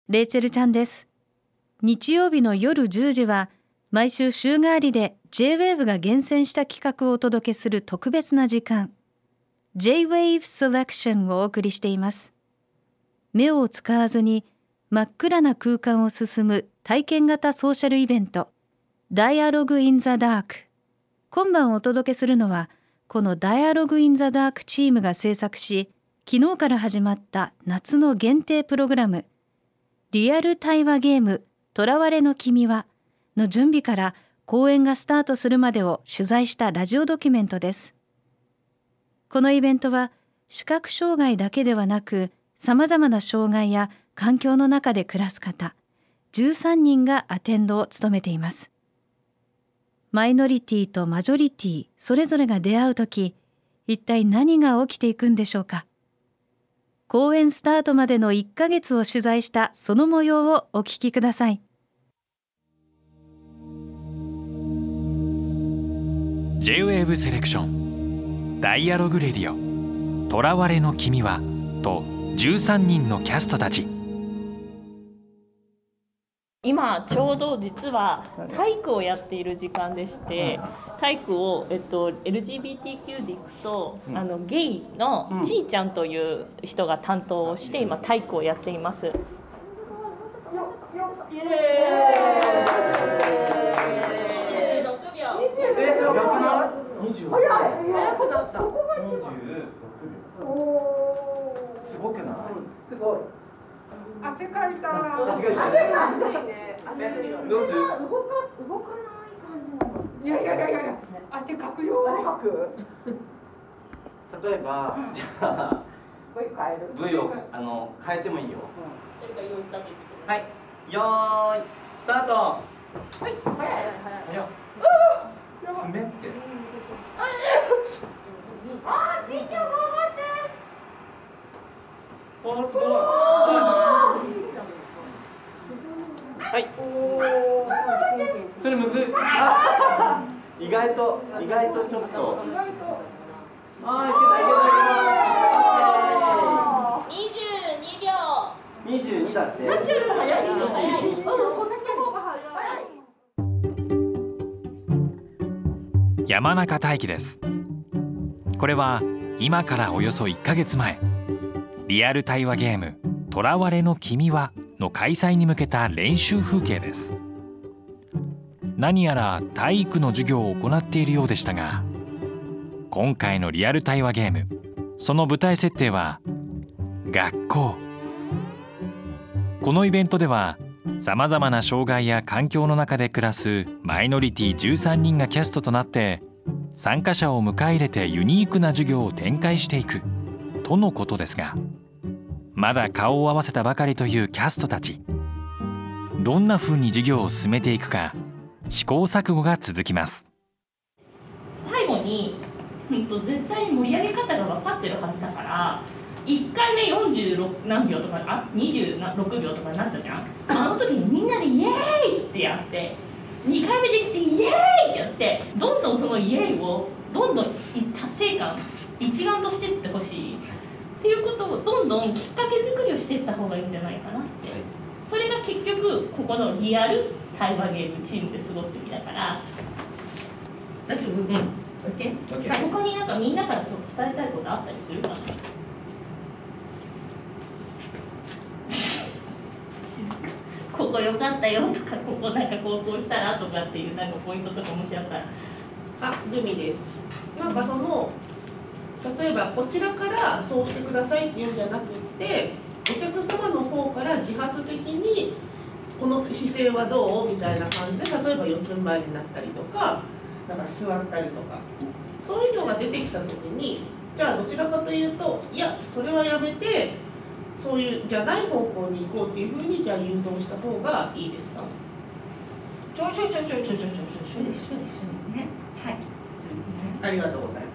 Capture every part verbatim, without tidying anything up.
レイチェルちゃんです。日曜日の夜じゅうじは毎週週替わりで ジェイウェーブ が厳選した企画をお届けする特別な時間 ジェイウェーブ Selection をお送りしています。目を使わずに真っ暗な空間を進む体験型ソーシャルイベント Dialogue in the Dark。 今晩お届けするのはこの Dialogue in the Dark チームが制作し、昨日から始まった夏の限定プログラムリアル対話ゲーム囚われの君はの準備から公演がスタートするまでを取材したラジオドキュメントです。このイベントは視覚障害だけではなく、さまざまな障害や環境の中で暮らす方じゅうさんにんがアテンドを務めています。マイノリティとマジョリティそれぞれが出会うとき、一体何が起きていくんでしょうか。公演スタートまでのいっかげつを取材したその模様をお聞きください。 ジェイウェーブ セレクションダイアログレディオ囚われの君はとじゅうさんにんのキャストたち。 今ちょうど実は体育をやっている時間でして、体育を、えっと、エルジービーティーキュー でいくと、うん、あのゲイのちーちゃんという人が担当して、今体育をやっています。イエーイ。にじゅうろくびょう。え、よくない？にじゅうろくびょう。早い。早くなった。にじゅうろくびょう。おー。すごくない？すごい。汗かいた。汗かいた。暑いね。どうする？動か動かない感じなの。いやいやいやいや、汗かくよ。かく。 例えば、じゃあ V 変える。 V をあの変えてもいいよ。 誰か用意スタート。 はい。よーいスタート。はい。 早い早い早い。 滑って。 あー、ティーチャー頑張って。 おー、すごい。はい。それむずい。意外と意外とちょっと。ああ、いけたいけたいけた。 にじゅうにびょう。 にじゅうにだって。 さっきよりも早い。早い。 山中大輝です。これは今からおよそいっかげつまえ、リアル対話ゲーム囚われの君はの開催に向けた練習風景です。何やら体育の授業を行っているようでしたが、今回のリアル対話ゲーム、その舞台設定は学校。このイベントではさまざまな障害や環境の中で暮らすマイノリティじゅうさんにんがキャストとなって、参加者を迎え入れてユニークな授業を展開していくとのことですが、まだ顔を合わせたばかりというキャストたち。どんな風に授業を進めていくか試行錯誤が続きます。 最後に、うん、と絶対盛り上げ方が分かってるはずだから、いっかいめよんじゅうろくなんびょうとか、あにじゅうろくびょうとかになったじゃん。あの時にみんなでイエーイってやって、にかいめできてイエーイってやって、どんどんそのイエーイをどんどん達成感一丸としていってほしいっていうことを、どんどんきっかけ作りをしていった方がいいんじゃないかなって。それが結局ここのリアル対話ゲームチームで過ごすべきだから。大丈夫？うん。OK？ OK。他になんかみんなから伝えたいことあったりするかな？ここ良かったよとか、ここなんかこうこうしたらとかっていうなんかポイントとかもしあったら。 あ、グミです。なんかその例えばこちらからそうしてくださいっていうんじゃなくって、お客様の方から自発的にこの姿勢はどうみたいな感じで、例えば四つん這いになったりとか、なんか座ったりとか、そういうのが出てきた時に、じゃあどちらかというと、いやそれはやめてそういうじゃない方向に行こうっていうふうにじゃあ誘導した方がいいですか？ ちょちょちょちょちょちょちょちょちょね。はい。 ありがとうございます。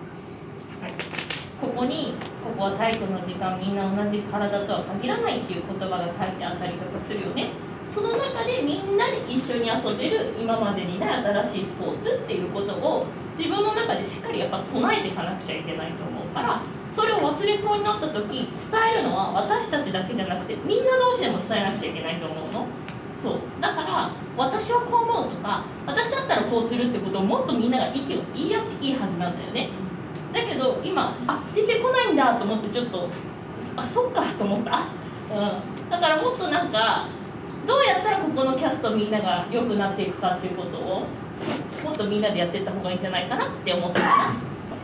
はい。ここにここは体育の時間、みんな同じ体とは限らないっていう言葉が書いてあったりとかするよね。その中でみんなで一緒に遊べる今までにない新しいスポーツっていうことを自分の中でしっかりやっぱ唱えていかなくちゃいけないと思うから、 それを忘れそうになった時、伝えるのは私たちだけじゃなくてみんな同士でも伝えなくちゃいけないと思うの。そうだから私はこう思うとか、私だったらこうするってことをもっとみんなが意見を言い合っていいはずなんだよね。だけど今あ出てこないんだと思ってちょっとあそっかと思った、うん、だからもっとなんかどうやったらここのキャストみんなが良くなっていくかっていうことをもっとみんなでやっていった方がいいんじゃないかなって思ったかな、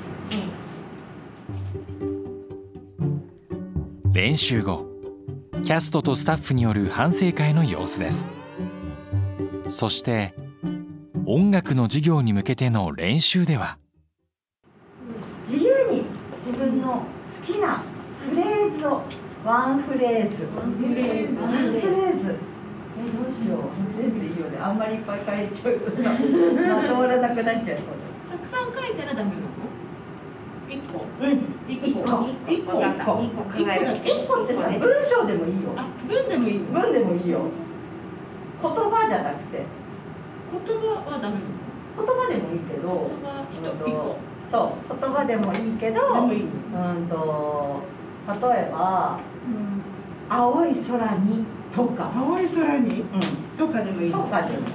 うん、練習後、キャストとスタッフによる反省会の様子です。そして音楽の授業に向けての練習では、 自由に自分の好きなフレーズをワンフレーズワンフレーズワンフレーズえどうしよう、ワンフレーズでいいよね。あんまりいっぱい書いちゃうとさまとまらなくなっちゃいそうだ。 たくさん書いたらダメなの？一個。 うん、一個一個一個一個考える。一個ってさ、文章でもいいよ。 あ、文でもいいの？ 文でもいいよ。言葉じゃなくて。 言葉はダメなの？ 言葉でもいいけど。 言葉一個。 そう、言葉でもいいけど。 でもいいの？ うんと例えば、うん、青い空にとか。 青い空に、 うん、 とかでもいいの？ とかでもいい。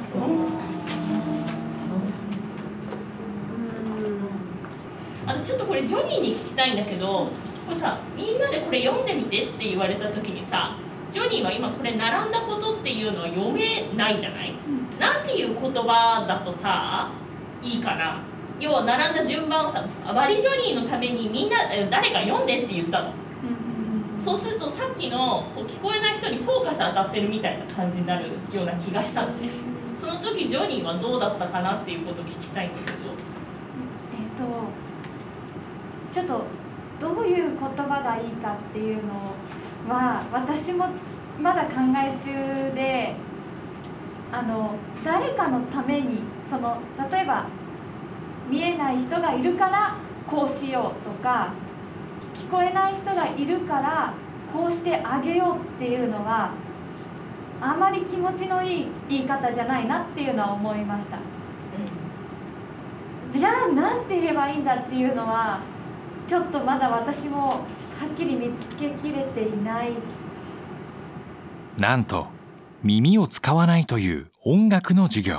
あとちょっとこれジョニーに聞きたいんだけど、これさ、みんなでこれ読んでみてって言われた時にさ、ジョニーは今これ並んだことっていうのは読めないじゃない、うん、なんていう言葉だとさいいかな。要は並んだ順番をさ、バリジョニーのためにみんな誰が読んでって言ったの、うん、そうするとさっきのこう聞こえない人にフォーカス当たってるみたいな感じになるような気がしたのね。その時ジョニーはどうだったかなっていうことを聞きたいんだけど。 えっとちょっとどういう言葉がいいかっていうのは私もまだ考え中で、あの誰かのために、その例えば見えない人がいるからこうしようとか、聞こえない人がいるからこうしてあげようっていうのはあまり気持ちのいい言い方じゃないなっていうのは思いました、うん、じゃあなんて言えばいいんだっていうのはちょっとまだ私もはっきり見つけきれていない。 なんと耳を使わないという音楽の授業。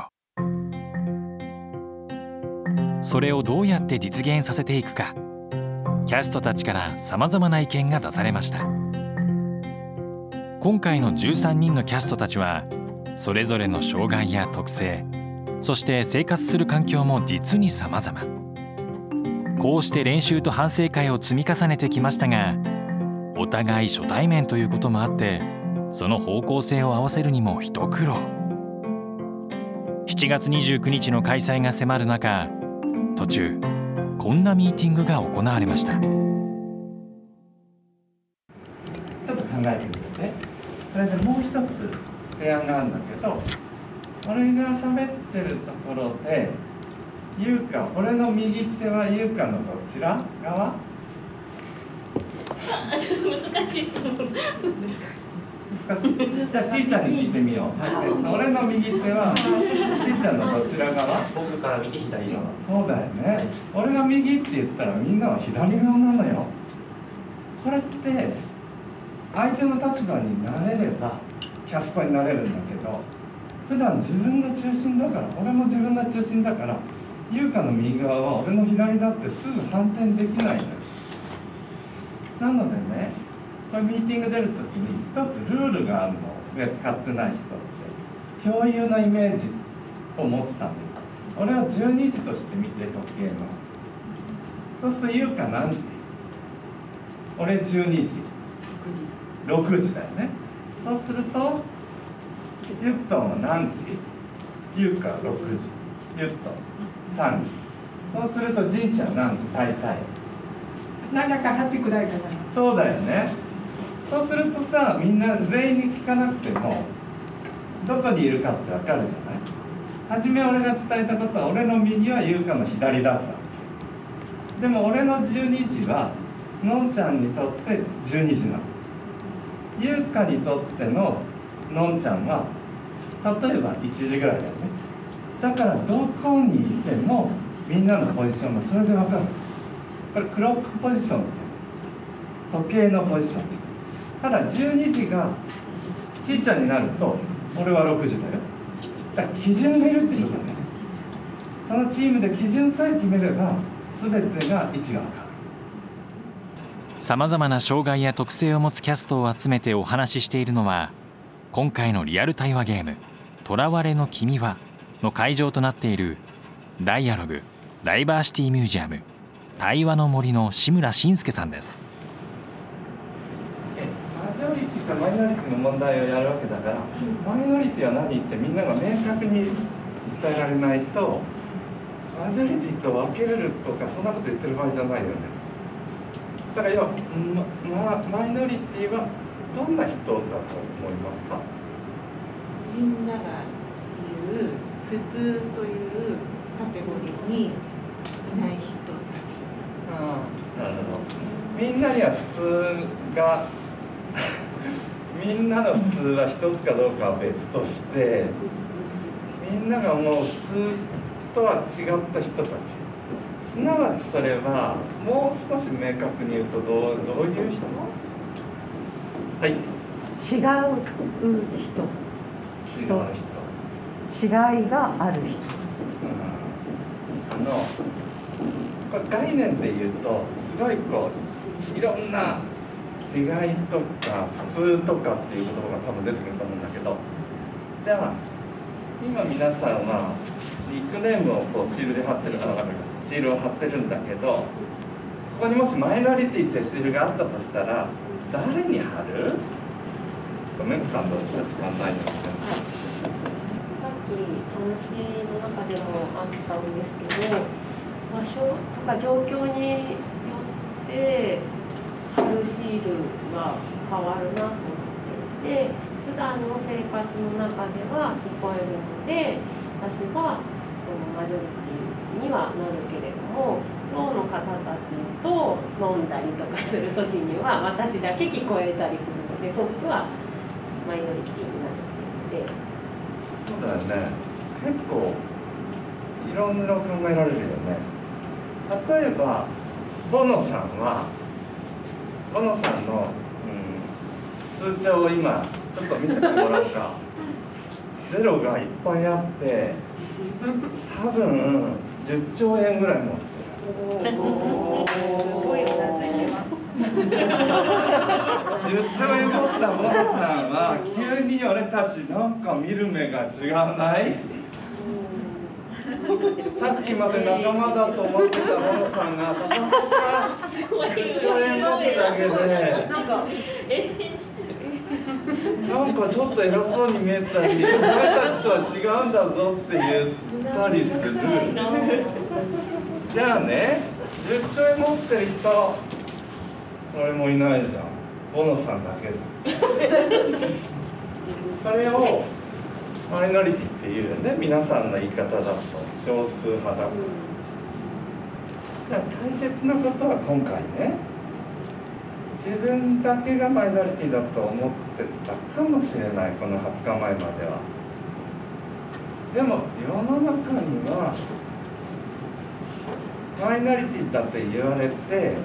それをどうやって実現させていくか、キャストたちからさまざまな意見が出されました。今回のじゅうさんにんのキャストたちはそれぞれの障害や特性、そして生活する環境も実にさまざま。こうして練習と反省会を積み重ねてきましたが、お互い初対面ということもあってその方向性を合わせるにも一苦労。しちがつにじゅうくにちの開催が迫る中、途中こんなミーティングが行われました。ちょっと考えてみてね。それでもう一つ提案があるんだけど、俺が喋ってるところで優香、俺の右手は優香のどちら側？ あ、ちょっと難しい質問。 難しい。じゃあちーちゃんに聞いてみよう。はい、俺の右手はちーちゃんのどちら側？ 僕から右左側。 そうだよね。俺が右って言ったらみんなは左側なのよ。これって相手の立場になれればキャストになれるんだけど、普段自分が中心だから、俺も自分が中心だから、優香の右側は俺の左だってすぐ反転できないのよ。なのでね、これミーティング出るときに一つルールがあるの。上使ってない人って共有のイメージを持つために、俺をじゅうにじとして見て、時計の。そうすると優香何時？俺じゅうにじ、ろくじだよね。そうするとゆっとんは何時？優香はろくじ、ゆっとんさんじ。そうするとじんちゃん何時？大体ななかはちくらいかな。 そうだよね。そうするとさ、みんな全員に聞かなくてもどこにいるかってわかるじゃない。初め俺が伝えたことは、俺の右は優香の左だったわけ。でも俺のじゅうにじはのんちゃんにとってじゅうにじなの。優香にとってののんちゃんは例えばいちじぐらいだよね。だからどこにいてもみんなのポジションがそれでわかる。これクロックポジションって。 時計のポジションです。ただじゅうにじがちいちゃんになると俺はろくじだよ。だから基準がいるってことだね。そのチームで基準さえ決めれば全てが位置が分かる。 さまざまな障害や特性を持つキャストを集めてお話ししているのは、今回のリアル対話ゲーム「囚われの君は」の会場となっているダイアログ・ダイバーシティミュージアム対話の森の志村信介さんです。 マジョリティとマイノリティの問題をやるわけだから、マイノリティは何ってみんなが明確に伝えられないと、マジョリティと分けれるとかそんなこと言ってる場合じゃないよね。だから要は、ま、マイノリティはどんな人だと思いますか？ みんなが言う普通というカテゴリーにいない人たち。 ああ、なるほど。みんなには普通がみんなの普通は一つかどうかは別として、みんなが思う普通とは違った人たち。すなわちそれはもう少し明確に言うとどう、どういう人？はい。 違う人。 違う人。 違いがある人。 うん、あのこれ概念で言うとすごいこういろんな違いとか普通とかっていう言葉が多分出てくると思うんだけど、じゃあ今皆さんはニックネームをこうシールで貼ってるあ、分かります。シールを貼ってるんだけど、ここにもしマイノリティってシールがあったとしたら誰に貼る？メグさんどうですか？時間ないので。 さっき話の中でもあったんですけど、場所とか状況によって貼るシールが変わるなと思っていて、普段の生活の中では聞こえるので、私はそのマジョリティにはなるけれども、ろうの方たちと飲んだりとかする時には私だけ聞こえたりするので、そっちはマイノリティになっていて。 そうだよね。結構いろいろ考えられるよね。例えばボノさんはボノさんの、うん、通帳を今ちょっと見せてもらうか。ゼロがいっぱいあって多分じゅっちょうえんぐらい持ってる。 すごいうなずいてます。 じゅっちょうえん持ったボノさんは急に俺たちなんか見る目が違うない？さっきまで仲間だと思ってたボノさんがたまたまじゅっちょうえん持つだけでなんか永遠してる。 なんかちょっと偉そうに見えたり、俺たちとは違うんだぞって言ったりする。じゃあね、じゅっちょうえん持ってる人誰もいないじゃん。ボノさんだけじゃん。それをマイノリティっていうよね。皆さんの言い方だと少数派だと。だから大切なことは今回ね、自分だけがマイノリティだと思ってたかもしれない、このはつかまえまでは。でも世の中にはマイノリティだって言われて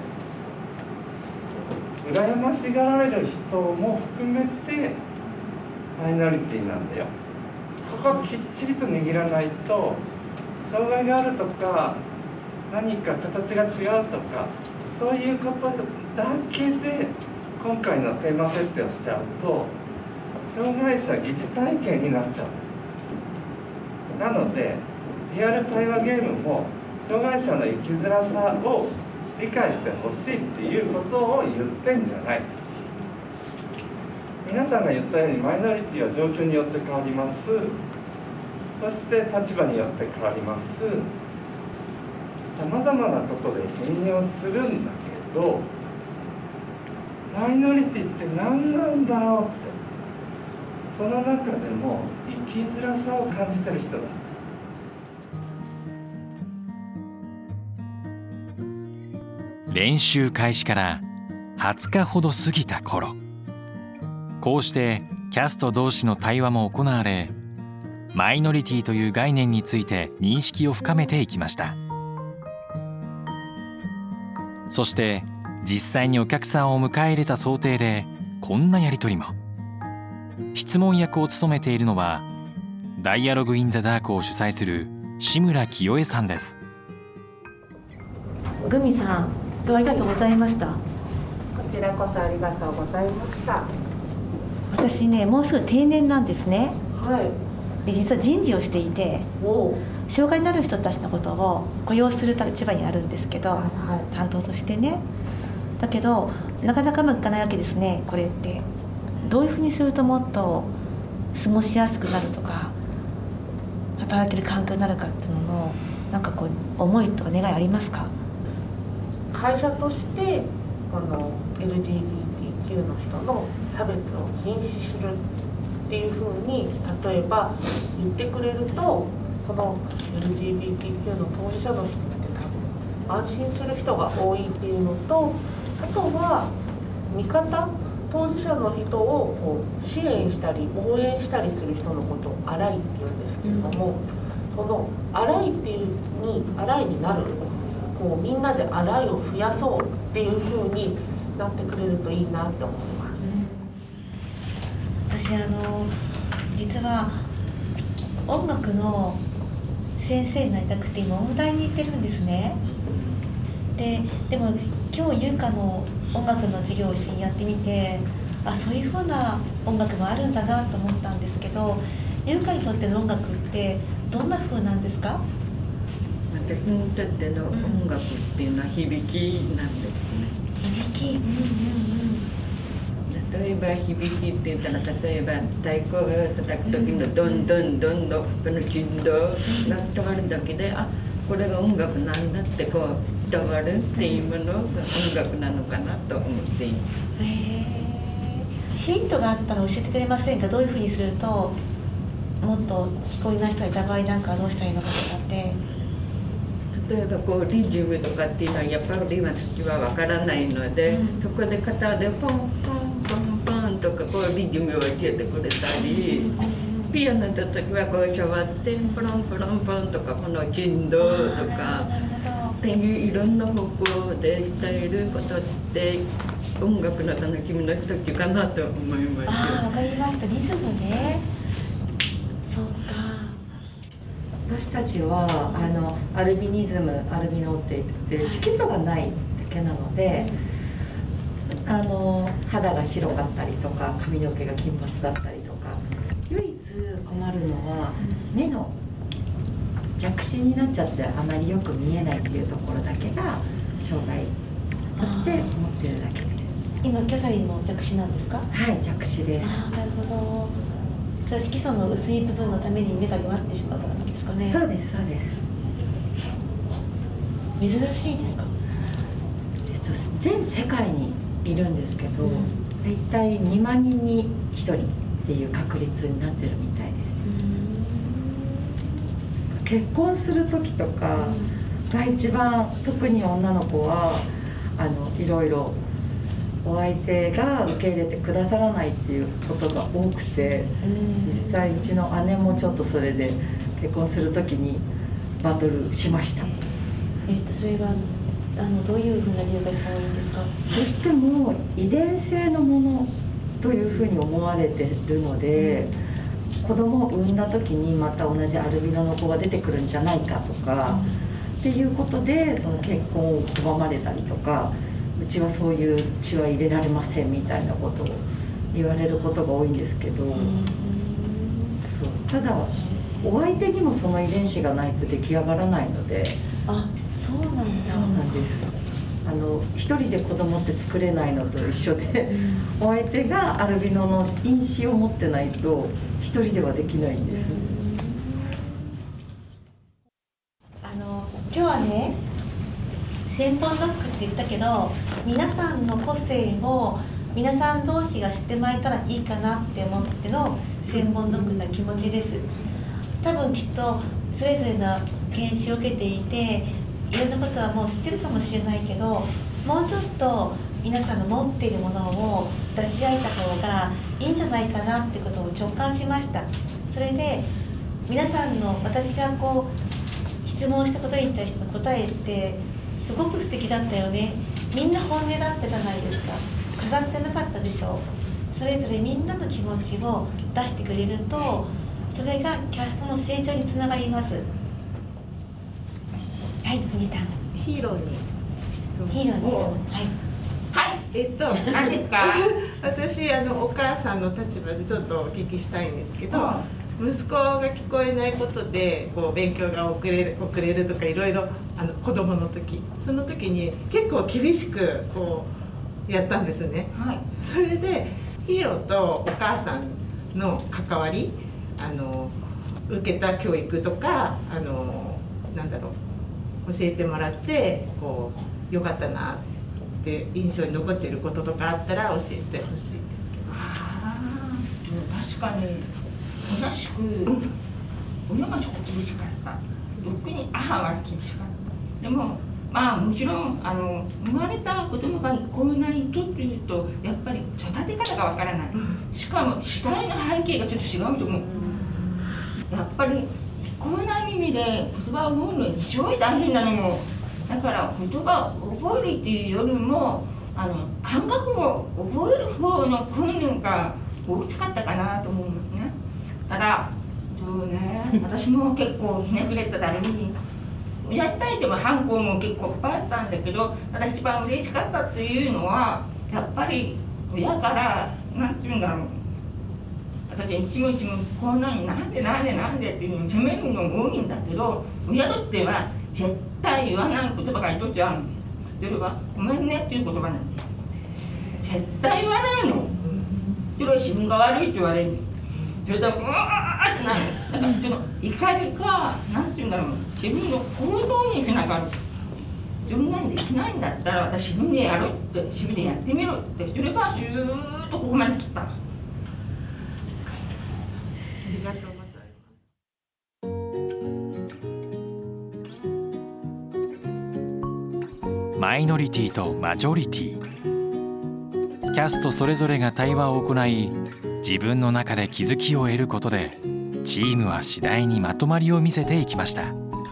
羨ましがられる人も含めてマイノリティなんだよ。ここをきっちりと握らないと、障害があるとか何か形が違うとかそういうことだけで今回のテーマ設定をしちゃうと障害者疑似体験になっちゃう。なのでリアル対話ゲームも障害者の生きづらさを理解してほしいっていうことを言ってんじゃない。皆さんが言ったようにマイノリティは状況によって変わります。そして立場によって変わります。さまざまなことで変容するんだけど、マイノリティって何なんだろうって、その中でも生きづらさを感じてる人だ。 練習開始からはつかほど過ぎた頃、こうしてキャスト同士の対話も行われ、マイノリティという概念について認識を深めていきました。そして実際にお客さんを迎え入れた想定でこんなやり取りも。質問役を務めているのはダイアログインザダークを主催する志村清江さんです。 グミさん、ありがとうございました。 こちらこそありがとうございました。 私ね、もうすぐ定年なんですね。 はい。 で、実は人事をしていて、障害のある人たちのことを雇用する立場にあるんですけど、はいはい、担当としてね。だけどなかなかうまくいかないわけですね。これってどういうふうにするともっと過ごしやすくなるとか、働ける環境になるかっていうののなんかこう思いとか願いありますか？ 会社としてこの エルジービーティーキュー の人の差別を禁止するっていうふうに例えば言ってくれると、この エルジービーティーキュー の当事者の人って多分安心する人が多いっていうのと、あとは味方、当事者の人をこう支援したり応援したりする人のことをアライって言うんですけれども、うん、そのアライっていうにアライになる、こうみんなでアライを増やそうっていう風になってくれるといいなって思います。 うん、私あの実は音楽の先生になりたくて今音大に行ってるんですね。で、でも今日優香の音楽の授業を一緒にやってみて、あ、そういう風な音楽もあるんだなと思ったんですけど、優香にとっての音楽ってどんな風なんですか？ 私にとっての音楽っていうのは響きなんですね。 響き、うんうんうん、例えば響きって言ったら、例えば太鼓を叩く時のドンドンドンのこの振動が伝わるだけで、あ、これが音楽なんだってこう伝わるっていうものが音楽なのかなと思っています。 へー、ヒントがあったら教えてくれませんか？どういうふうにするともっと聞こえない人がいた場合なんかどうしたらいいのかとかって。 例えばこうリズムとかっていうのはやっぱり私はわからないので、うん、そこで片でポンポンポンポンとかこうリズムを教えてくれたり、うん、ピアノの時はこう触ってポロンポロンポンとかこの振動とかっていういろんな方向で伝えることって音楽の楽しみの一つかなと思います。 ああ、わかりました。リズムね。そうか。 私たちはあのアルビニズム、アルビノって言って色素がないだけなので、あの肌が白かったりとか髪の毛が金髪だったりとか、唯一困るのは目の弱視になっちゃってあまりよく見えないっていうところだけが障害として持ってるだけです。 今キャサリンも弱視なんですか？ はい、弱視です。 あ、なるほど。それは色素の薄い部分のために目が弱ってしまうからなんですかね。 そうです、そうです。 珍しいですか？ えっと全世界にいるんですけど、だいたいにまんにんにひとりっていう確率になってるみたいです。結婚する時とかが一番、特に女の子はあのいろいろお相手が受け入れてくださらないっていうことが多くて、実際うちの姉もちょっとそれで結婚する時にバトルしました。 えー、っとそれがあのどういうふうな理由が一番多いんですか？ どうしても遺伝性のものというふうに思われてるので、うん、子供を産んだ時にまた同じアルビノの子が出てくるんじゃないかとか、うん、っていうことでその結婚を拒まれたりとか、うちはそういう血は入れられませんみたいなことを言われることが多いんですけど、うん、そうただお相手にもその遺伝子がないと出来上がらないので。 あ、そうなんだ。 そうなんです。あの一人で子供って作れないのと一緒で、うん、お相手がアルビノの因子を持ってないと一人ではできないんです。うん、 あの今日はね、千本ノックって言ったけど、皆さんの個性を皆さん同士が知ってもらえたらいいかなって思っての千本ノックな気持ちです。多分きっとそれぞれの研修を受けていて、いろんなことはもう知ってるかもしれないけど、もうちょっと皆さんの持っているものを出し合えた方がいいんじゃないかなってことを直感しました。それで皆さんの私がこう質問したことに対しての答えってすごく素敵だったよね。 みんな本音だったじゃないですか。飾ってなかったでしょ。それぞれみんなの気持ちを出してくれると、それがキャストの成長につながります。はい、にたんヒーローに質問ヒーローに質問。はい、 はい、えっと何ですか私あのお母さんの立場でちょっとお聞きしたいんですけど、息子が聞こえないことでこう勉強が遅れる遅れるとかいろいろあの子供の時その時に結構厳しくこうやったんですね、はい、それでヒーローとお母さんの関わりあの受けた教育とかあのなんだろう教えてもらってこう良かったなって印象に残っていることとかあったら教えてほしいですけど。 あ確かに同じく、親がちょっと厳しかった。特に母は厳しかった。でも、まあもちろんあの生まれた子供が聞こえない人っていうとやっぱり育て方がわからない。しかも時代の背景がちょっと違うと思う。やっぱり聞こえない耳で言葉を覚えるのは非常に大変なのも。だから言葉を覚えるっていうよりもあの感覚を覚える方の訓練が大きかったかなと思うんですね。ただそうね、私も結構ひねくれただろうにやりたいでも反抗も結構いっぱいあったんだけど、ただ一番嬉しかったっていうのはやっぱり親からなんていうんだろう、私一も一もこんなになんでなんでなんでっていうのを責めるのも多いんだけど、親とっては絶対言わない言葉が一つあるの。それはごめんねっていう言葉なんだよ。絶対言わないの。それは自分が悪いって言われる。それとうわーってなる。だからその怒りがなんていうんだろう、自分の行動につながる。自分なんでできないんだったら私自分でやろうって自分でやってみろって、それがずーっとここまで来た。ありがとうございます。 マイノリティとマジョリティ、キャストそれぞれが対話を行い自分の中で気づきを得ることでチームは次第にまとまりを見せていきました。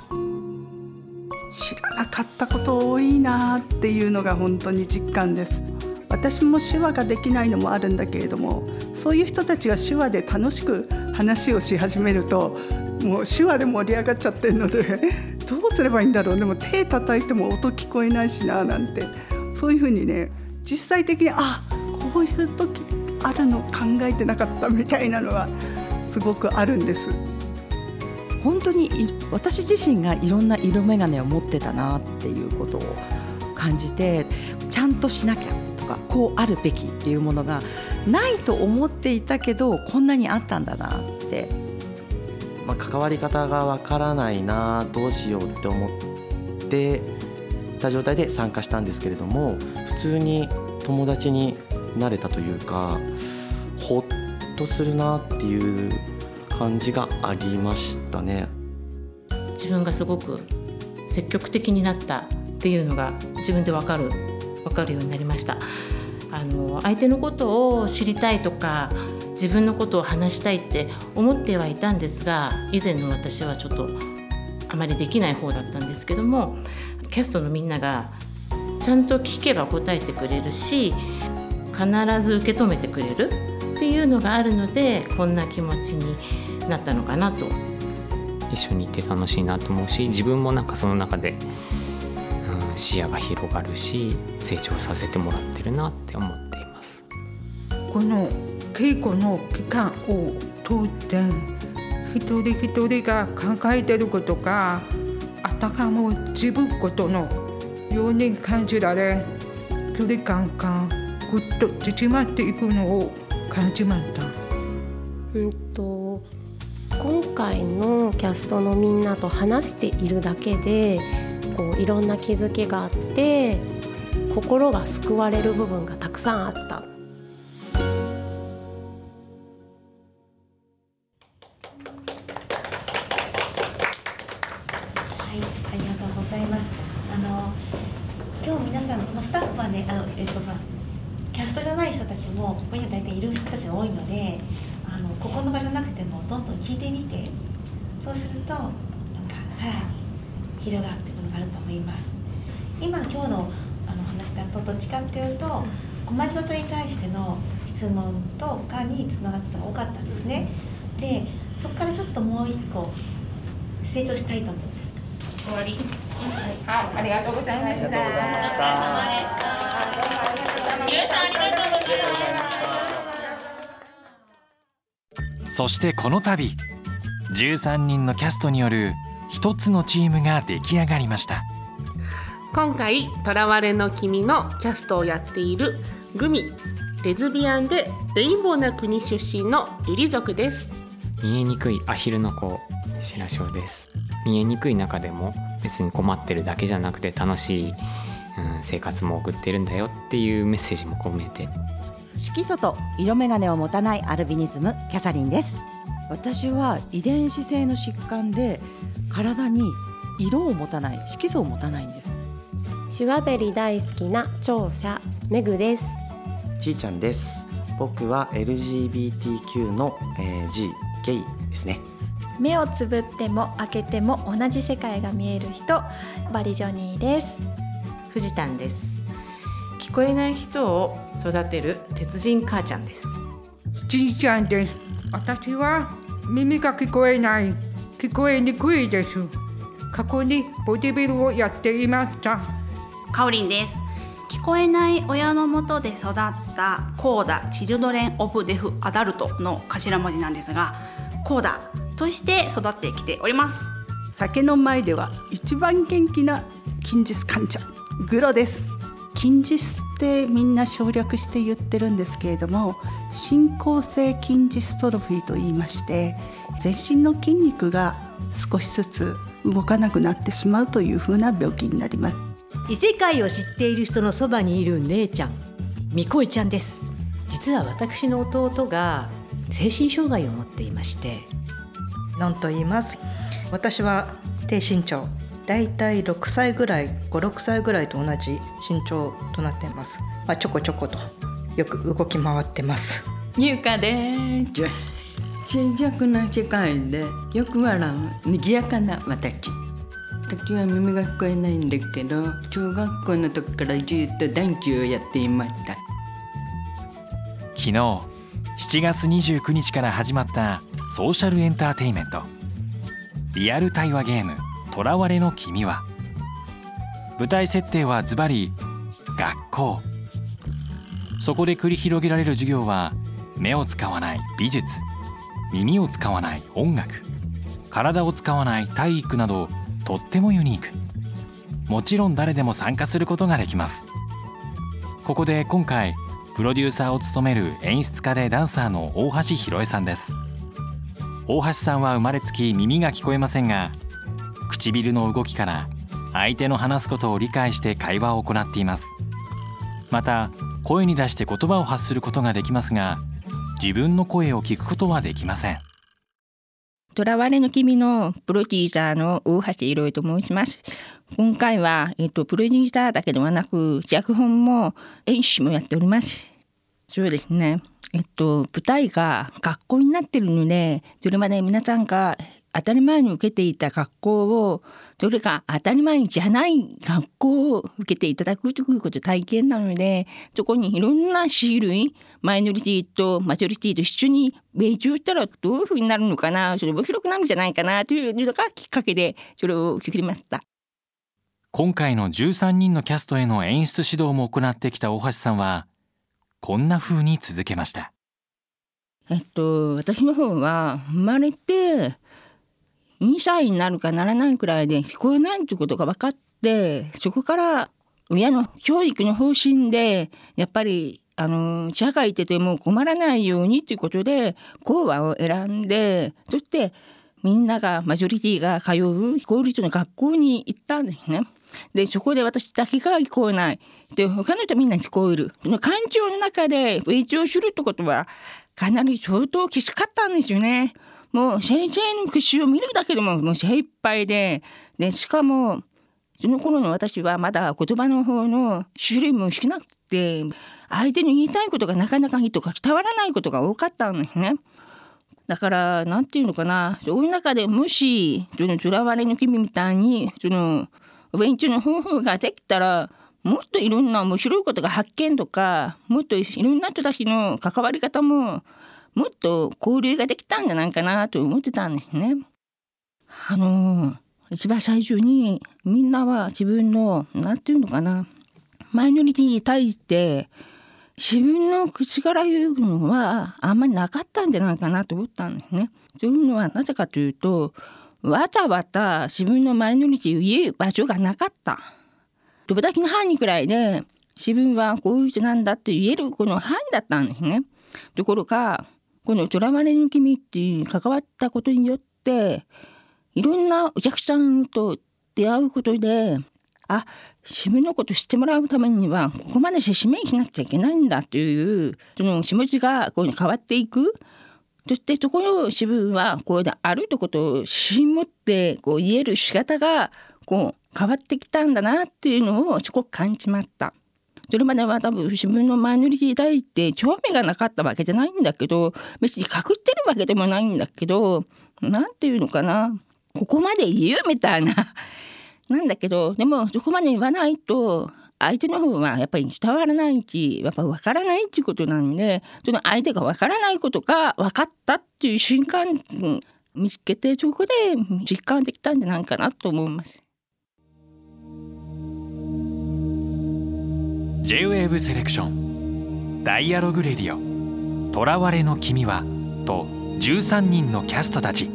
知らなかったこと多いなっていうのが本当に実感です。私も手話ができないのもあるんだけれども、そういう人たちが手話で楽しく話をし始めるともう手話で盛り上がっちゃってるのでどうすればいいんだろう。でも手叩いても音聞こえないしななんて、そういうふうにね、実際的にあこういう時あるの考えてなかったみたいなのがすごくあるんです。 本当に私自身がいろんな色眼鏡を持ってたなっていうことを感じて、ちゃんとしなきゃとかこうあるべきっていうものがないと思っていたけどこんなにあったんだなって、 まあ、関わり方がわからないな、どうしようって思ってた状態で参加したんですけれども、普通に友達になれたというか、ほっとするなっていう感じがありましたね。 自分がすごく積極的になったっていうのが自分で分かる分かるようになりました。あの相手のことを知りたいとか自分のことを話したいって思ってはいたんですが、以前の私はちょっとあまりできない方だったんですけども、キャストのみんながちゃんと聞けば答えてくれるし、必ず受け止めてくれるっていうのがあるので、こんな気持ちになったのかなと。 一緒にいて楽しいなと思うし、自分もなんかその中で、うん、視野が広がるし成長させてもらってるなって思っています。 この稽古の期間を通って一人一人が考えていることがあたかも自分ことのように感じられ、距離感がぐっと縮まっていくのを感じました。 うんと今回のキャストのみんなと話しているだけでこういろんな気づきがあって心が救われる部分がたくさんあった。 はい、ありがとうございます。あの今日皆さんこのスタッフはね、あのえっとまあキャストじゃない人たちもここには大体いる人たちが多いので、あのここの場じゃなくてもどんどん聞いてみて、そうするとなんかさらに広がっていくのがあると思います。今今日のあの話しだとどっちかっていうと困りごとに対しての質問とかにつながったのが多かったんですね。でそこからちょっともう一個成長したいと思います。 終わり。はい、ありがとうございました。ありがとうございました。皆さんありがとうございました。そしてこの度じゅうさんにんのキャストによる一つのチームが出来上がりました。 今回とらわれの君のキャストをやっているグミ、レズビアンでレインボーな国出身のゆり族です。 見えにくいアヒルの子白翔です。見えにくい中でも別に困ってるだけじゃなくて楽しい、うん、生活も送ってるんだよっていうメッセージも込めて。 色素と色眼鏡を持たないアルビニズムキャサリンです。 私は遺伝子性の疾患で体に色を持たない色素を持たないんです。 シュワベリ大好きな聴者メグです。 ちーちゃんです。僕は エルジービーティーキュー の、えー、G ゲイですね。 目をつぶっても開けても同じ世界が見える人、バリジョニーです。 藤丹です。聞こえない人を育てる鉄人母ちゃんです。 ちいちゃんです。私は耳が聞こえない、聞こえにくいです。過去にボディビルをやっていました。 かおりんです。聞こえない親のもとで育ったコーダチルドレンオブデフアダルトの頭文字なんですが、コーダとして育ってきております。 酒の前では一番元気な筋ジス患者グロです。筋ジスってみんな省略して言ってるんですけれども、進行性筋ジストロフィーと言いまして、全身の筋肉が少しずつ動かなくなってしまうというふうな病気になります。 異世界を知っている人のそばにいる姉ちゃん、みこいちゃんです。実は私の弟が精神障害を持っていまして。 のんと言います。私は低身長、だいたいろくさいぐらい、ご、ろくさいぐらいと同じ身長となっています。まあ、ちょこちょことよく動き回ってます。 ゆうかです。小さな世界でよく笑う賑やかな私。時は耳が聞こえないんだけど、小学校の時からずっと団地をやっていました。 昨日しちがつにじゅうくにちから始まったソーシャルエンターテイメント、リアル対話ゲームとらわれの君は。舞台設定はズバリ学校。そこで繰り広げられる授業は目を使わない美術、耳を使わない音楽、体を使わない体育など、とってもユニーク。もちろん誰でも参加することができます。ここで今回プロデューサーを務める演出家でダンサーの大橋ひろえさんです。大橋さんは生まれつき耳が聞こえませんが、唇の動きから相手の話すことを理解して会話を行っています。また声に出して言葉を発することができますが、自分の声を聞くことはできません。 とらわれの君のプロデューサーの大橋ひろえと申します。今回は、えっと、プロデューサーだけではなく脚本も演出もやっております。そうですね、えっと、舞台が学校になっているので、それまで皆さんが当たり前に受けていた学校を、どれか当たり前じゃない学校を受けていただくということ体験なので、そこにいろんな種類、マイノリティとマジョリティと一緒に勉強したらどういうふうになるのかな、それ面白くなるんじゃないかなというのがきっかけでそれを作りました。 今回のじゅうさんにんのキャストへの演出指導も行ってきた大橋さんはこんな風に続けました。 えっと私の方は生まれてにさいになるかならないくらいで聞こえないということが分かって、そこから親の教育の方針でやっぱりあの社会でても困らないようにということで講話を選んで、そしてみんながマジョリティが通う非公立の学校に行ったんですね。でそこで私だけが聞こえないで、他の人みんな聞こえる。その感情の中で勉強するってことはかなり相当きつかったんですよね。もう先生の口を見るだけでももう精一杯で、でしかもその頃の私はまだ言葉の方の種類も少なくて、相手に言いたいことがなかなかいいとか伝わらないことが多かったんですね。だからなんていうのかな、そういう中でもしそのとらわれの君みたいにそのお勉強の方法ができたら、 もっといろんな面白いことが発見とか、もっといろんな人たちの関わり方ももっと交流ができたんじゃないかなと思ってたんですね。あの一番最初にみんなは自分のなんていうのかな、マイノリティに対して自分の口から言うのはあんまりなかったんじゃないかなと思ったんですね。というのはなぜかというと、わたわた自分のマイノリティを言う場所がなかった。どれだけの範囲くらいで自分はこういう人なんだって言えるこの範囲だったんですね。ところがこのとらわれの君っていう関わったことによっていろんなお客さんと出会うことで、あ、自分のこと知ってもらうためにはここまで説明しなくちゃいけないんだというその気持ちがこう変わっていく。そしてそこの自分はこうであるということを自信持ってこう言える仕方がこう変わってきたんだなっていうのをすごく感じました。それまでは多分自分のマイノリティに対して興味がなかったわけじゃないんだけど、別に隠してるわけでもないんだけど、なんていうのかな、ここまで言うみたいななんだけど、でもそこまで言わないと相手の方はやっぱり伝わらないし、やっぱ分からないっていうことなんで、その相手が分からないことが分かったっていう瞬間を見つけて、そこで実感できたんじゃないかなと思います。 ジェイウェーブ セレクションダイアログレディオ囚われの君はとじゅうさんにんのキャストたち。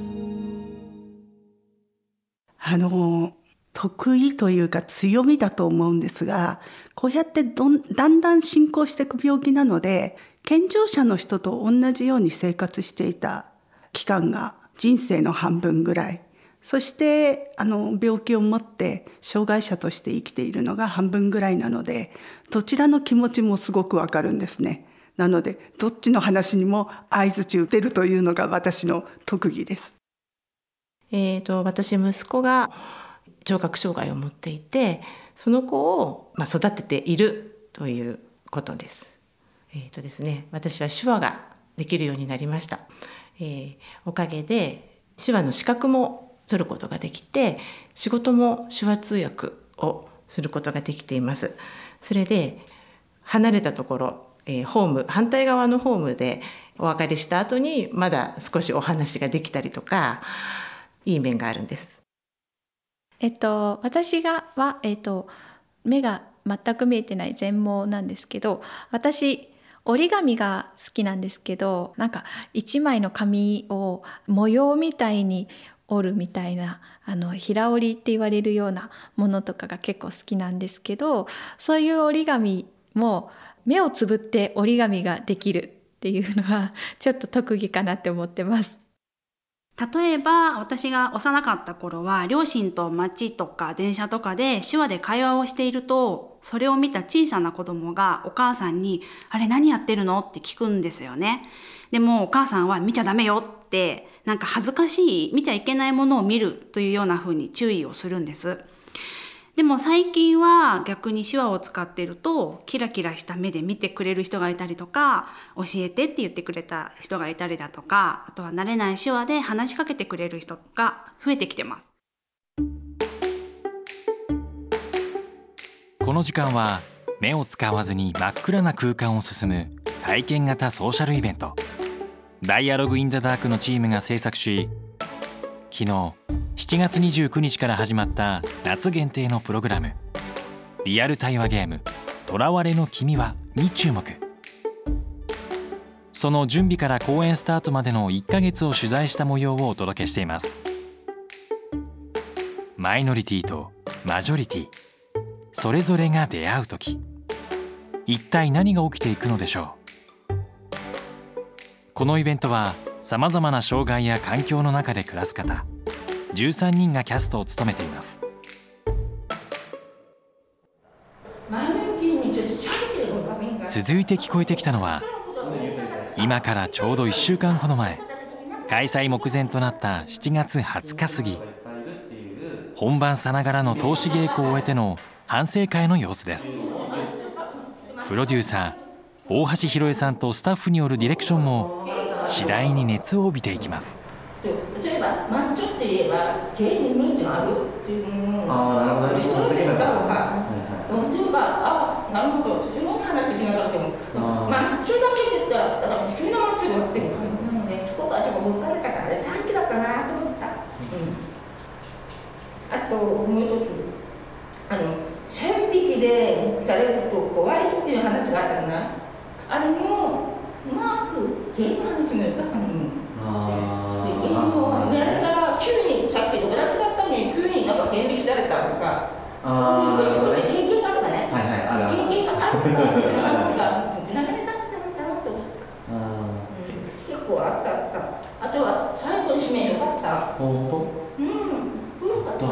あの得意というか強みだと思うんですが、こうやってどんだんだん進行していく病気なので、健常者の人と同じように生活していた期間が人生の半分ぐらい、そしてあの病気を持って障害者として生きているのが半分ぐらいなので、どちらの気持ちもすごくわかるんですね。なのでどっちの話にも相槌打てるというのが私の特技です。 えーと、私息子が聴覚障害を持っていて、その子を、まあ、育てているということです。えーとですね、私は手話ができるようになりました。えー、おかげで手話の資格も取ることができて、仕事も手話通訳をすることができています。それで離れたところ、えー、ホーム反対側のホームでお別れした後にまだ少しお話ができたりとか、いい面があるんです。 えっと私がは、えっと、目が全く見えてない全盲なんですけど、私折り紙が好きなんですけど、なんか一枚の紙を模様みたいに折るみたいな、あの平折りって言われるようなものとかが結構好きなんですけど、そういう折り紙も目をつぶって折り紙ができるっていうのはちょっと特技かなって思ってます。 例えば私が幼かった頃は、両親と街とか電車とかで手話で会話をしていると、それを見た小さな子供がお母さんにあれ何やってるのって聞くんですよね。でもお母さんは見ちゃダメよって、なんか恥ずかしい、見ちゃいけないものを見るというような風に注意をするんです。でも最近は逆に手話を使っていると、キラキラした目で見てくれる人がいたりとか、教えてって言ってくれた人がいたりだとか、あとは慣れない手話で話しかけてくれる人が増えてきてます。 この時間は目を使わずに真っ暗な空間を進む体験型ソーシャルイベント、ダイアログインザダークのチームが制作し、昨日しちがつにじゅうくにちから始まった夏限定のプログラム、リアル対話ゲーム囚われの君はに注目。その準備から公演スタートまでのいっかげつを取材した模様をお届けしています。マイノリティとマジョリティ、それぞれが出会うとき、一体何が起きていくのでしょう。このイベントはさまざまな障害や環境の中で暮らす方じゅうさんにんがキャストを務めています。続いて聞こえてきたのは、今からちょうどいっしゅうかんほど前、開催目前となったしちがつはつか過ぎ、本番さながらの通し稽古を終えての反省会の様子です。プロデューサー大橋ひろえさんとスタッフによるディレクションも次第に熱を帯びていきます。 例えばマッチョって言えば経営にイメージがあるっていうのを、ああ、なるほど、人の結果とかうん、というか、あ、なるほど、私の話聞きながらでも、マッチョだけって言ったら、だから普通のマッチョが割ってる感じなので、福岡はちょっと物価高かったから、ちゃんとだったなと思った。うん、あと、もう一つ、あの、線引きでされると怖いっていう話があったかな。あれも、うまくゲーム話もよかったのよ。で、ゲームをやられたら、急にさっきどこだけだったのに、急になんか線引きされたとか。ああ、こっちこっち経験があるからね。はいはい、ある。経験があるから、その話が流れたんじゃないかなと思った。結構あったあった。あとは最後の締めよかった。本当？うん、よかった。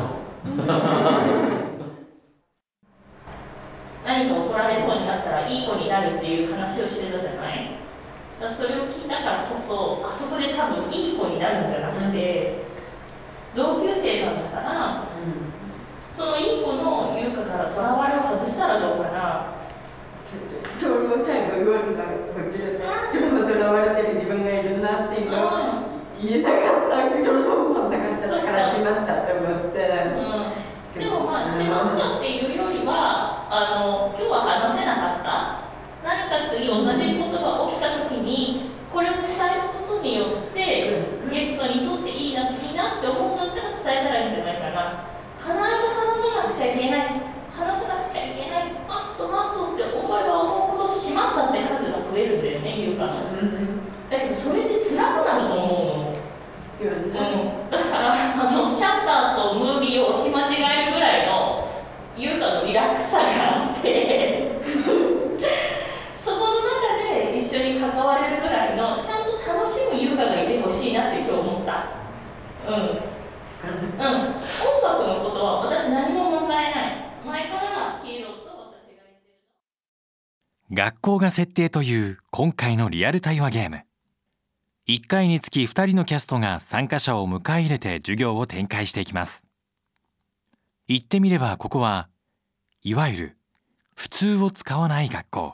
何か怒られそうになったらいい子になるっていう話をしてたじゃない。だからそれを聞いたからこそ、あそこで多分いい子になるんじゃなくて、同級生なんだから。そのいい子の優香からとらわれを外したらどうかな。 ちょうど最後言われたこっちでね、自分もとらわれてる自分がいるなっていうのを言えなかったけど、もなかったから決まったと思って。 うん、でもまあしまったっていうよりは、あの今日は話せなかった。何か次同じことが起きた時にこれを伝えることによってゲストにとっていいな、いいなって思うんだったら伝えたらいいんじゃないかな。必ず話さなくちゃいけない、話さなくちゃいけない、マストマストって思えば思うほどしまったって数が増えるんだよね、優香の。だけどそれって辛くなると思うの。うん、だからあのシャッターとムービーを押し間違えるぐらいの優香のリラックスさがあってそこの中で一緒に関われるぐらいのちゃんと楽しむ優香がいてほしいなって今日思った。うん。うん、音楽のことは私何も問題ない。前からヒーローと私が言ってる。 学校が設定という今回のリアル対話ゲーム。いっかいにつきふたりのキャストが参加者を迎え入れて授業を展開していきます。言ってみればここはいわゆる普通を使わない学校。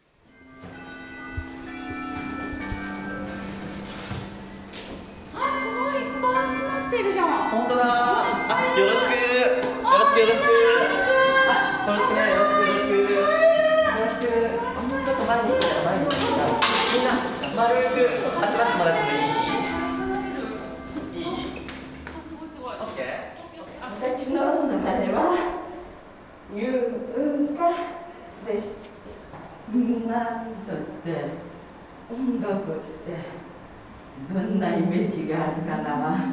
本当だ。あ、よろしく。よろしくよろしく。あ、よろしくね。よろしくよろしく。よろしく。ちょっと前に行った前に行った。みんな丸く集まってもらってもいい？いい？オッケー。 私の名前は優香です。みんなにとって音楽ってどんなイメージがあるかな。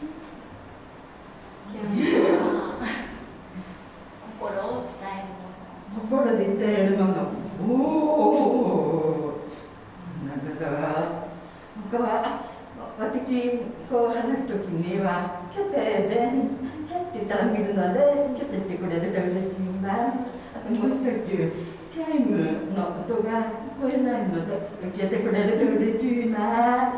心を伝えるもの。心で伝えるもの。おお。なるほど。他は私こう話すときにはキャテで「はい」って言ったら見るのでキャテしてくれると嬉しいな。あともう一つチャイムの音が聞こえないので教えてくれると嬉しいな。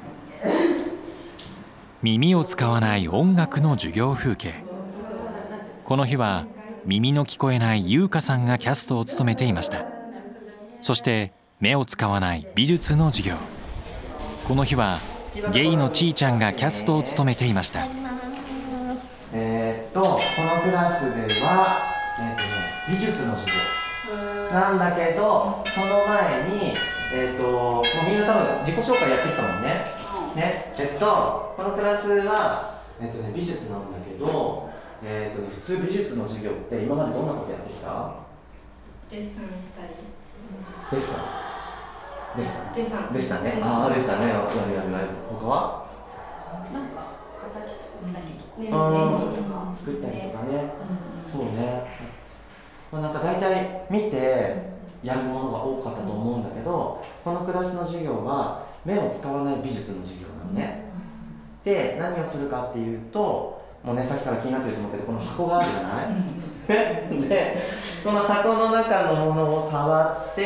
耳を使わない音楽の授業風景。この日は耳の聞こえない優香さんがキャストを務めていました。そして目を使わない美術の授業。この日はゲイのちーちゃんがキャストを務めていました。 えー、っとこのクラスでは、えーっとね、美術の授業なんだけど、その前に、えー、っともうみんな多分自己紹介やってきたもんね。ね、えっと、このクラスは、えっとね、美術なんだけど、えっとね、普通美術の授業って今までどんなことやってきた？ デッサンしたり。 デッサン。デッサン。 デッサン。 デッサンね。ああ、デッサンね。やるやるやる。他は？ なんか形作ったりとか。ね。 うん。作ったりとかね。そうね。まあなんか大体見てやるものが多かったと思うんだけど、このクラスの授業は目を使わない美術の授業なのね。で、何をするかっていうと、もうね、さっきから気になってると思うけど、この箱があるじゃないで、この箱の中のものを触って、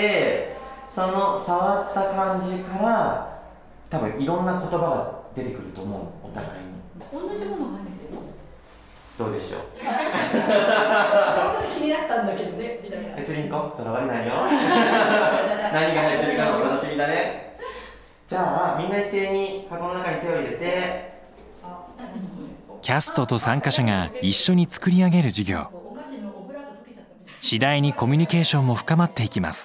その触った感じから多分いろんな言葉が出てくると思う、お互いに。 同じものが入ってるの？ どうでしょう本当に気になったんだけどね、みたいな。 別にこ、とらわれないよ何が入ってるかの楽しみだね。じゃあみんな一斉に箱の中に手を入れて、 キャストと参加者が一緒に作り上げる授業。 次第にコミュニケーションも深まっていきます。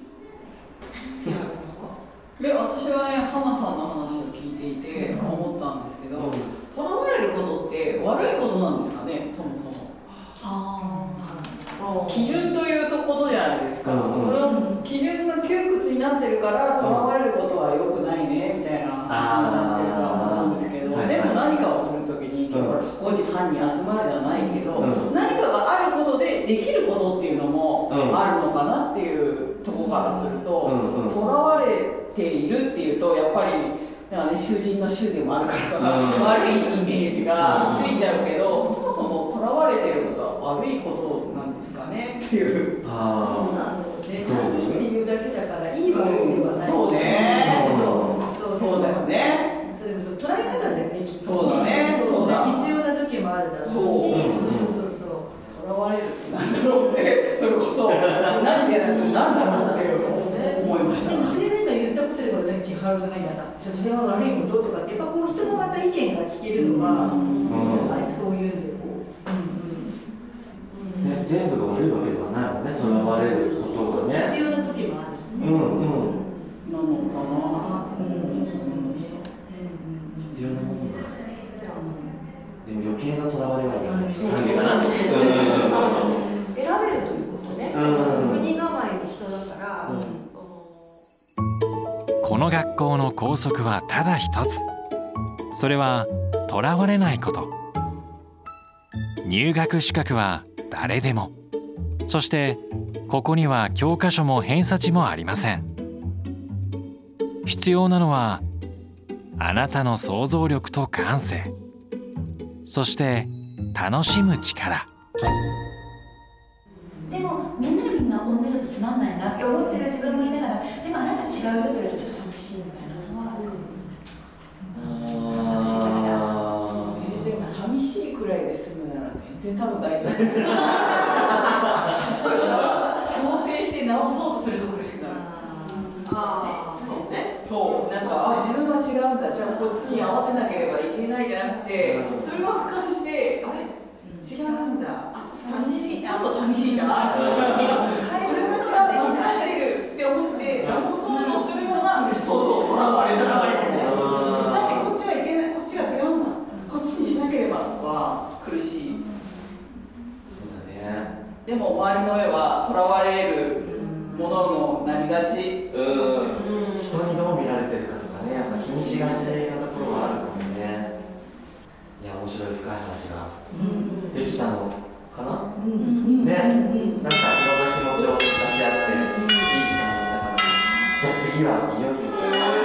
で私はね、花さんの話を聞いていて思ったんですけど、とらわれることって悪いことなんですかね、そもそも。あ基準というところじゃないですか、うんうん、それの基準が窮屈になってるからとらわれることは良くないねみたいな話になってると思うんですけど、はいはい、でも何かをするときに、うん、ごじはんに集まるじゃないけど、うん、何かがあることでできることっていうのもあるのかなっていうところからすると、とらわれているっていうとやっぱりだからね、囚人の囚でもあるから、うん、悪いイメージがついちゃうけど、うん、そもそもとらわれてることは悪いことなんですかねっていう。あそうなんだろうね。他人っていうだけだからいい悪いではない。そうね。そうそうそうだよね。それも捉え方だよね。そうだね。そうだ。必要な時もあるだろうし。そうそうそう。とらわれるってなんだろうって、それこそ何でなくなんだろうっていう思いました。それで今言ったことでこれ千春じゃないんだな。それは悪いこととかってやっぱこう人のまた意見が聞けるのが、うん、そういうんでこう、うんうんね、全部が悪いわけではないもんね、とらわれることがね必要な時もあるしね、うんうん、なのかな、うんうん、必要なものがでも余計なとらわれはいけない感じかな、選べるということね、うん、国構えに人だから、うんこの学校の校則はただ一つ。それはとらわれないこと。入学資格は誰でも。そしてここには教科書も偏差値もありません。必要なのはあなたの想像力と感性。そして楽しむ力。 でもみんながみんな同じだとつまんないなって思ってる自分もいながら、でもあなた違うよって言われるとちょっと寂しいみたいなのはある。 あー、えー、でも寂しいくらいで済むなら全然多分大丈夫。それは強制して直そうとすると苦しくなる。ああ、そうね。そう、なんかあ自分は違うんだ。じゃあこっちに合わせなければいけないじゃなくて、それは俯瞰してあれ違うんだ。寂しい、ちょっと寂しいじゃない。これが違うで間違えるって思って直そうとするのが、そうそう、とらわれとらわれてる。だってこっちはいけない、こっちが違うんだ。こっちにしなければは苦しい。そうだね。でも周りの絵はとらわれるもののなりがち。うん。人にどう見られてるかとかね、やっぱ気にしがちなところはあるかもね。いや面白い深い話ができたの。かな、うん、ね、うん、なんかいろんな気持ちを出し合っていい時間だったから、じゃあ次はいよいよ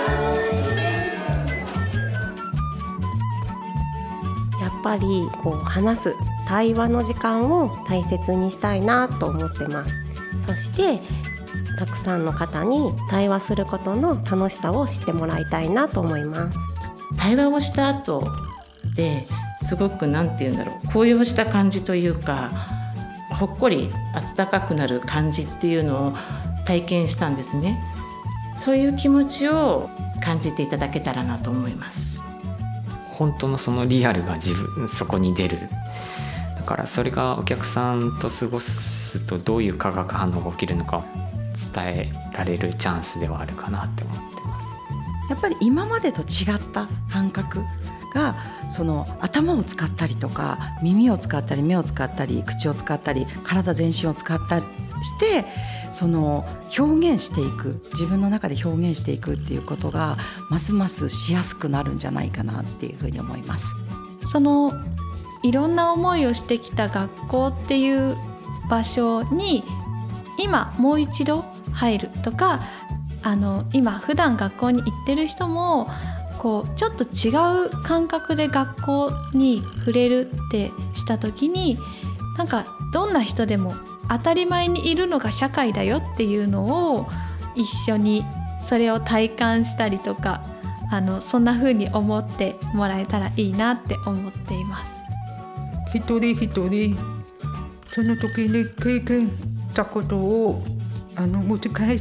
やっぱりこう話す対話の時間を大切にしたいなと思ってます。そしてたくさんの方に対話することの楽しさを知ってもらいたいなと思います。 対話をした後ですごくなんていうんだろう、高揚した感じというか、ほっこりあったかくなる感じっていうのを体験したんですね。そういう気持ちを感じていただけたらなと思います。 本当のそのリアルが自分そこに出る。だからそれがお客さんと過ごすとどういう化学反応が起きるのか伝えられるチャンスではあるかなって思ってます。 やっぱり今までと違った感覚がその頭を使ったりとか耳を使ったり目を使ったり口を使ったり体全身を使ったりしてその表現していく、自分の中で表現していくっていうことがますますしやすくなるんじゃないかなっていうふうに思います。 そのいろんな思いをしてきた学校っていう場所に今もう一度入るとか、あの今普段学校に行ってる人もこうちょっと違う感覚で学校に触れるってした時に、なんかどんな人でも当たり前にいるのが社会だよっていうのを一緒にそれを体感したりとか、あのそんな風に思ってもらえたらいいなって思っています。 一人一人その時に経験したことをあの持ち帰って、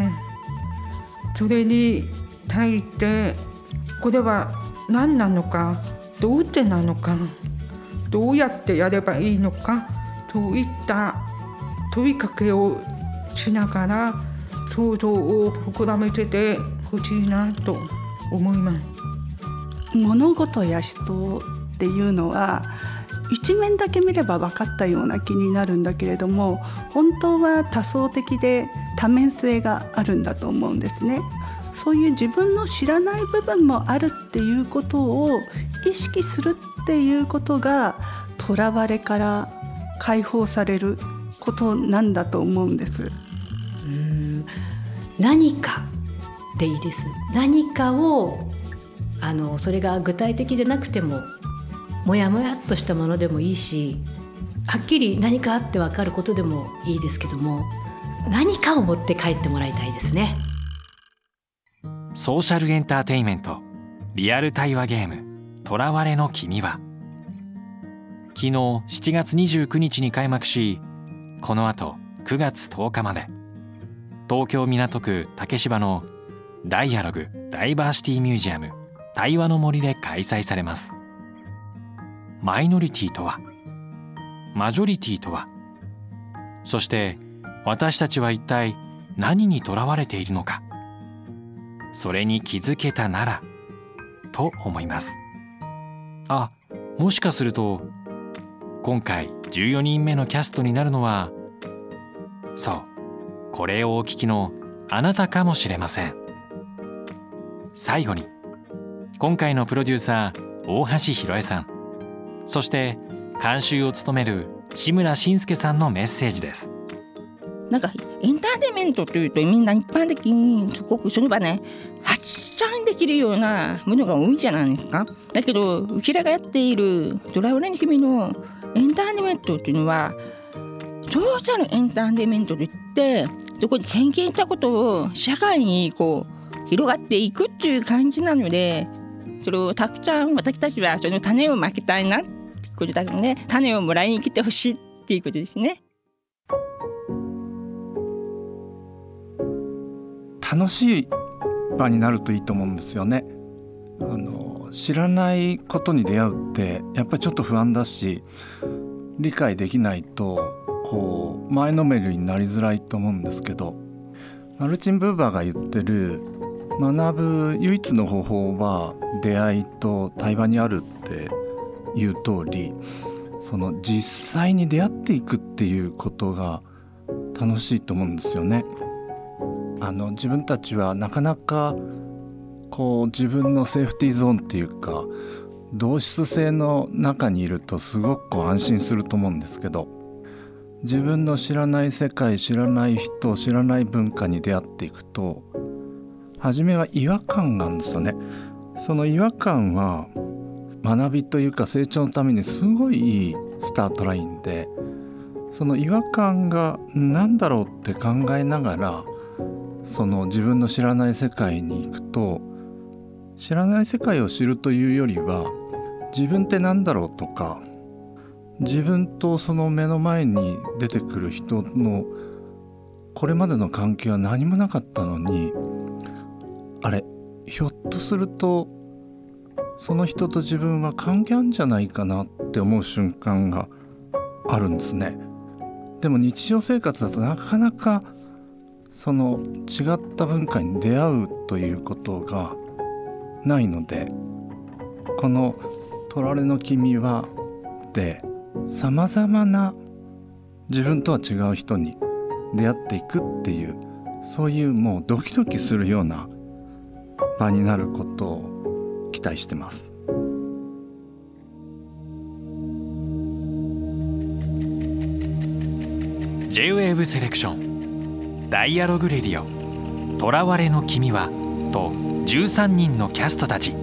それに対してこれは何なのか、どうしてなのか、どうやってやればいいのかといった問いかけをしながら想像を膨らめててほしいなと思います。 物事や人っていうのは一面だけ見れば分かったような気になるんだけれども、本当は多層的で多面性があるんだと思うんですね。そういう自分の知らない部分もあるっていうことを意識するっていうことが、とらわれから解放されることなんだと思うんです。 うーん、何かでいいです。何かをあのそれが具体的でなくてももやもやっとしたものでもいいし、はっきり何かあって分かることでもいいですけども、何かを持って帰ってもらいたいですね。 ソーシャルエンターテインメントリアル対話ゲームとらわれの君は、昨日しちがつにじゅうくにちに開幕し、この後くがつとおかまで東京港区竹芝のダイアログダイバーシティミュージアム対話の森で開催されます。マイノリティとは、マジョリティとは、そして私たちは一体何にとらわれているのか、それに気づけたならと思います。あ、もしかすると今回じゅうよにんめのキャストになるのは、そう、これをお聞きのあなたかもしれません。最後に今回のプロデューサー大橋ひろえさん、そして監修を務める志村慎介さんのメッセージです。 なんかエンターテインメントというと、みんな一般的にすごくその場ね発散できるようなものが多いじゃないですか。だけどうちらがやっているとらわれの君のエンターテインメントというのは、ソーシャルエンターテインメントといって、そこに経験したことを社会にこう広がっていくっていう感じなので、それをたくさん私たちはその種をまきたいなってことだけどね、種をもらいに来てほしいっていうことですね。 楽しい場になるといいと思うんですよね。あの知らないことに出会うってやっぱりちょっと不安だし、理解できないとこう前のめりになりづらいと思うんですけど、マルチン・ブーバーが言ってる学ぶ唯一の方法は出会いと対話にあるっていう通り、その実際に出会っていくっていうことが楽しいと思うんですよね。あの自分たちはなかなかこう自分のセーフティーゾーンっていうか同質性の中にいるとすごくこう安心すると思うんですけど、自分の知らない世界、知らない人、知らない文化に出会っていくと、初めは違和感があるんですよね。その違和感は学びというか成長のためにすごいいいスタートラインで、その違和感が何だろうって考えながらその自分の知らない世界に行くと、知らない世界を知るというよりは、自分って何だろうとか、自分とその目の前に出てくる人のこれまでの関係は何もなかったのに、あれひょっとするとその人と自分は関係あるんじゃないかなって思う瞬間があるんですね。でも日常生活だとなかなかその違った文化に出会うということがないので、このとらわれの君はでさまざまな自分とは違う人に出会っていくっていう、そういうもうドキドキするような場になることを期待してます。 ジェイウェーブ セレクションダイアログレディオとらわれの君はとじゅうさんにんのキャストたち。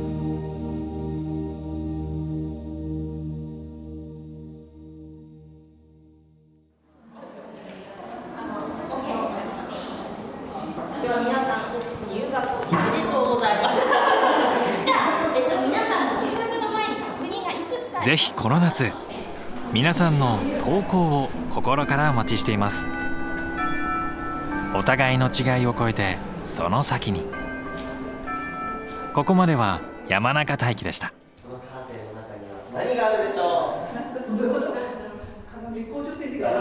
ぜひこの夏、皆さんの投稿を心からお待ちしています。お互いの違いを超えてその先に。ここまでは山中大輝でした。 何があるでしょう。 どういうこと？月光女性